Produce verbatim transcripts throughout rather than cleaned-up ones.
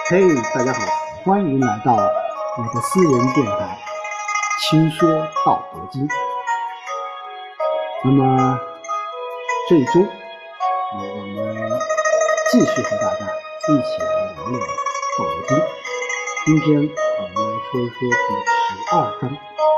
嘿、hey, 大家好，欢迎来到我的私人电台轻说道德经。那么这一周、呃、我们继续和大家一起来聊聊道德经。今天我们来说一说第十二章。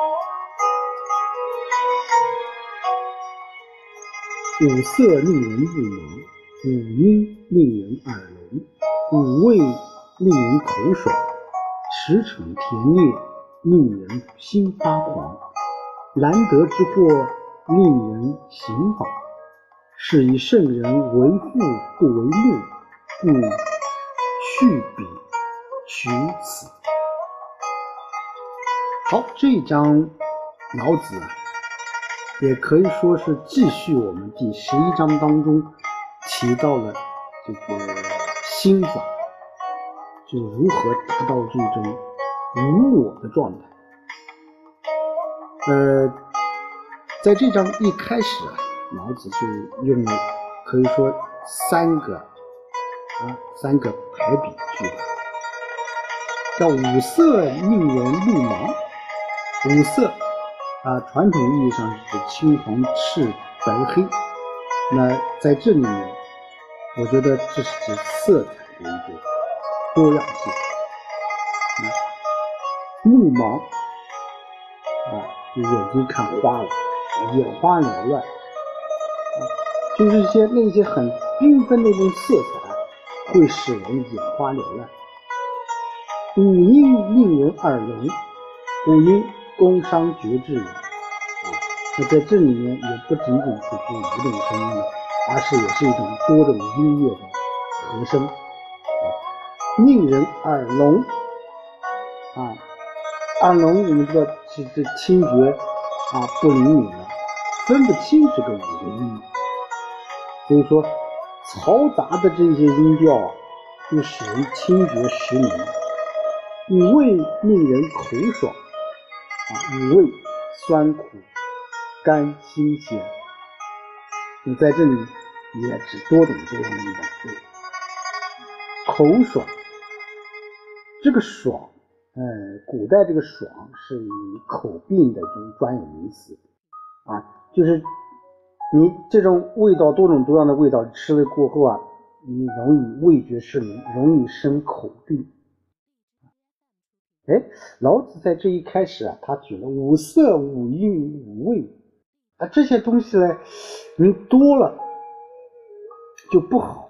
五色令人目盲，五音令人耳聋，五味令人口爽，驰骋甜猎令人心发狂，难得之货令人行饱，是以圣人为父不为目，故去彼取此。好，这一章老子也可以说是继续我们第十一章当中提到了这个心法，就如何达到这种无我的状态。呃，在这章一开始啊，老子就用了可以说三个啊三个排比句吧，叫五色令人目盲。五色啊，传统意义上是指青黄赤白黑。那在这里面，我觉得这是指色彩的一个多样性。嗯、目盲啊，就眼睛看花了，眼花缭乱，啊，就是一些那些很缤纷的那种色彩，会使人眼花缭乱。五音令人耳聋，五音工商角徵人。那在这里面也不仅仅是指五种声音，而是也是一种多种音乐的和声。令人耳聋啊，耳聋我们知道是指听觉啊不灵敏了，分不清这个五个音，所以说嘈杂的这些音调啊，就使人听觉失明。五味令人口爽啊，五味酸苦甘辛咸，你在这里也指多种多样的一种味。口爽，这个爽，呃，古代这个爽是以口病的这种专有名词啊，就是你这种味道多种多样的味道吃了过后啊，你容易味觉失灵，容易生口病。哎，老子在这一开始啊，他举了五色、五音、五味啊，这些东西呢，你多了就不好，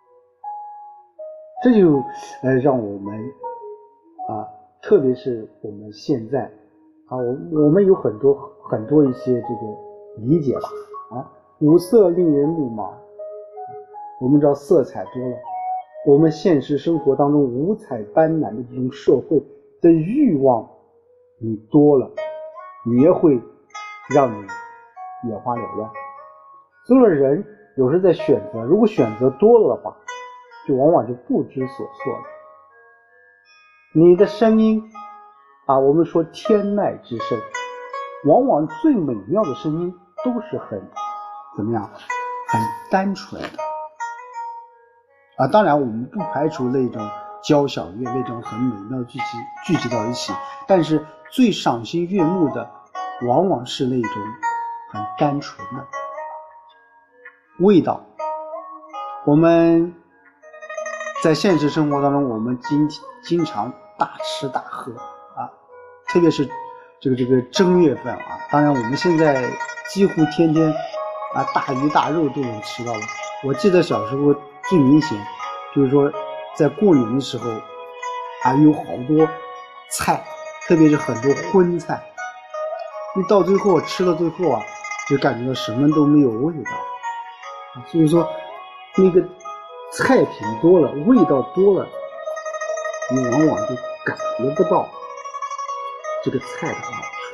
这就呃让我们啊，特别是我们现在啊，我我们有很多很多一些这个理解吧啊，五色令人目盲，我们知道色彩多了，我们现实生活当中五彩斑斓的这种社会的欲望你多了，也会让你眼花缭乱。所以说人有时在选择，如果选择多了的话，就往往就不知所措了。你的声音啊，我们说天籁之声，往往最美妙的声音都是很怎么样，很单纯的啊。当然我们不排除那种交响乐那种很美妙的聚集聚集到一起，但是最赏心悦目的往往是那种很单纯的味道。我们在现实生活当中，我们经经常大吃大喝啊，特别是这个这个正月份啊，当然我们现在几乎天天啊大鱼大肉都能吃到了。我记得小时候最明显就是说在过年的时候还有好多菜，特别是很多荤菜，你到最后吃到最后啊，就感觉到什么都没有味道。所以说那个菜品多了，味道多了，你往往就感觉不到这个菜的好处。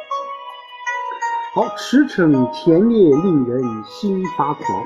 好，驰骋甜猎令人心发狂。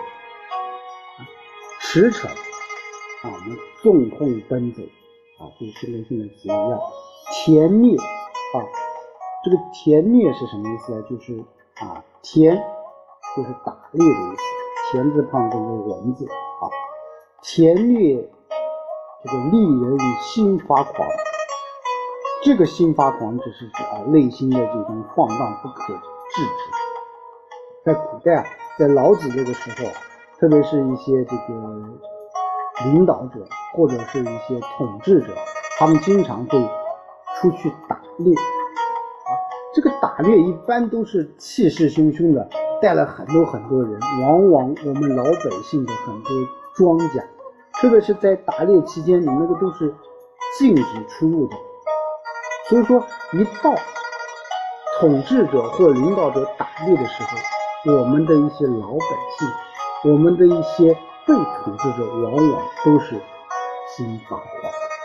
驰骋啊，我们纵横奔走啊，就是跟现在词一样。田猎啊，这个田猎是什么意思呢？就是啊，田就是打猎的意思，田字旁这个人字啊，田猎这个利人心发狂。这个心发狂只是指啊内心的这种放荡不可制止。在古代啊，在老子这个时候，特别是一些这个领导者或者是一些统治者，他们经常会出去打猎。这个打猎一般都是气势汹汹的，带了很多很多人，往往我们老百姓的很多庄稼，特别是在打猎期间，你那个都是禁止出入的。所以说，一到统治者或领导者打猎的时候，我们的一些老百姓，我们的一些被统治者，往往都是心发狂。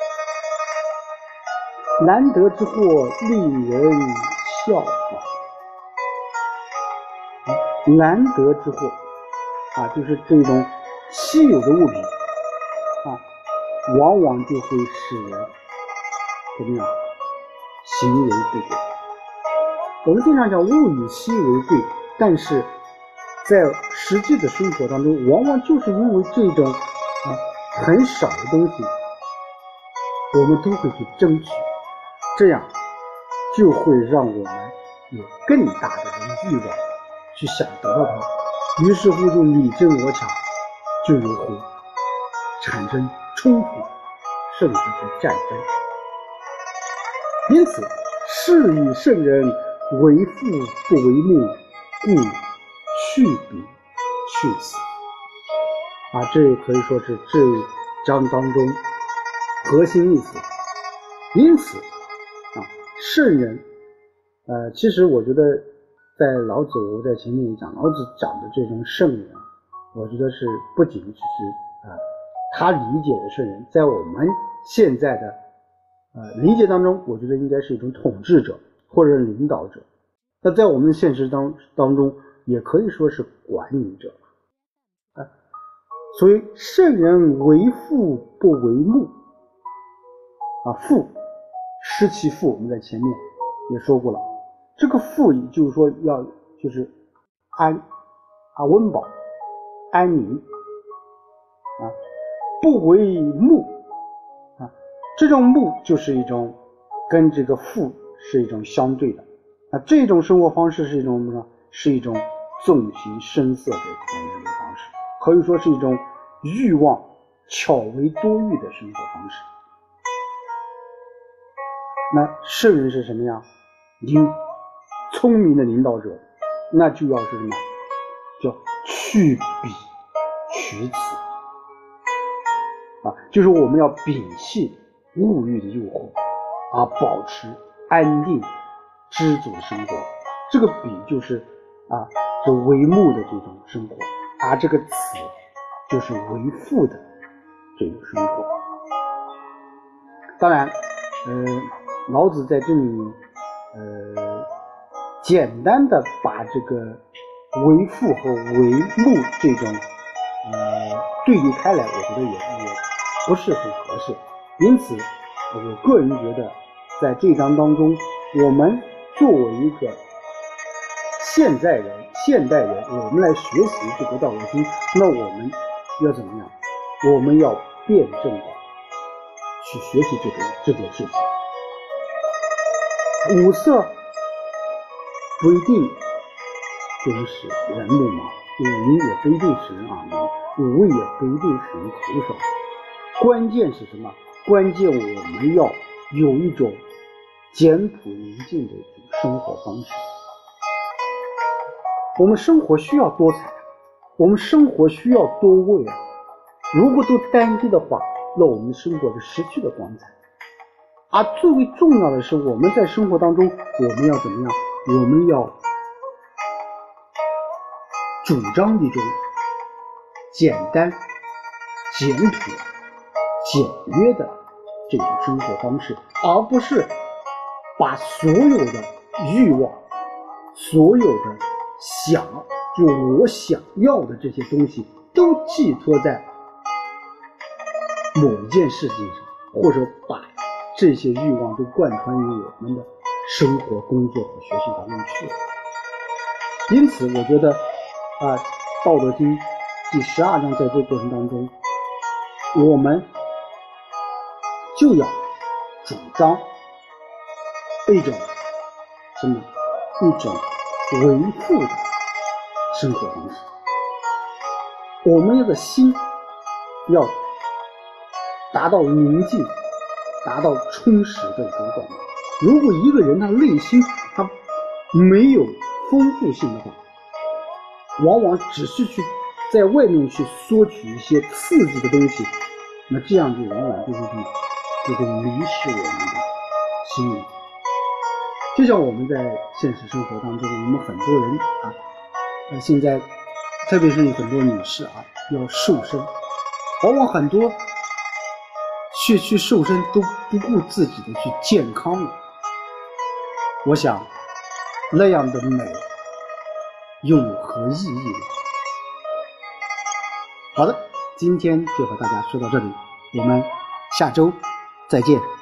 难得之货，令人效仿。难得之货啊，就是这种稀有的物品啊，往往就会使人怎么样？行为不轨。我们经常讲物以稀为贵，但是在实际的生活当中，往往就是因为这种啊很少的东西，我们都会去争取，这样就会让我们有更大的欲望去想得到它，于是乎就你争我抢，就有会产生冲突，甚至是战争。因此，是以圣人为父不为目，故去彼去死。啊，这也可以说是这一章当中核心意思。因此，啊，圣人，呃，其实我觉得，在老子，我在前面也讲，老子讲的这种圣人，我觉得是不仅只是啊、呃，他理解的圣人，在我们现在的呃理解当中，我觉得应该是一种统治者或者领导者。那在我们现实当当中，也可以说是管理者。啊，所以圣人为父不为目。啊，父失其父，我们在前面也说过了。这个父就是说要就是安啊温饱安宁啊，不为目啊，这种目就是一种跟这个父是一种相对的啊，这种生活方式是一种什么呢？是一种纵情声色的生活方式，可以说是一种欲望巧为多欲的生活方式。那圣人是什么样？领聪明的领导者，那就要是什么？叫去彼取此啊，就是我们要摒弃物欲的诱惑，啊，保持安定知足的生活。这个彼就是啊，就为目的这种生活，而、啊、这个此就是为父的这种生活。当然，呃。老子在这里呃，简单的把这个为父和为目这种呃对立开来，我觉得也也不是很合适。因此我个人觉得在这章当中，我们作为一个现在人现代人，我们来学习这个道德经，那我们要怎么样？我们要辩证的去学习这个这件事情。五色不一定就是使人目盲，五音也不一定使人耳聋，五味也不一定使人口爽。关键是什么？关键我们要有一种简朴宁静的一种生活方式。我们生活需要多彩，我们生活需要多味啊！如果都单一的话，那我们生活就失去了光彩。而最为重要的是，我们在生活当中，我们要怎么样？我们要主张一种简单、简朴、简约的这种生活方式，而不是把所有的欲望、所有的想，就我想要的这些东西，都寄托在某一件事情上，或者把这些欲望都贯穿于我们的生活、工作和学习当中去了。因此我觉得啊，《道德经》第十二章在这个过程当中，我们就要主张一种什么？一种维护的生活方式。我们的心要达到宁静，达到充实的一个状态。如果一个人他内心他没有丰富性的话，往往只是去在外面去索取一些刺激的东西，那这样就往往就会就会迷失我们的心灵。就像我们在现实生活当中，我们很多人啊，呃，现在特别是很多女士啊，要瘦身，往往很多去去瘦身都不顾自己的去健康了。我想那样的美又有何意义呢？好的，今天就和大家说到这里，我们下周再见。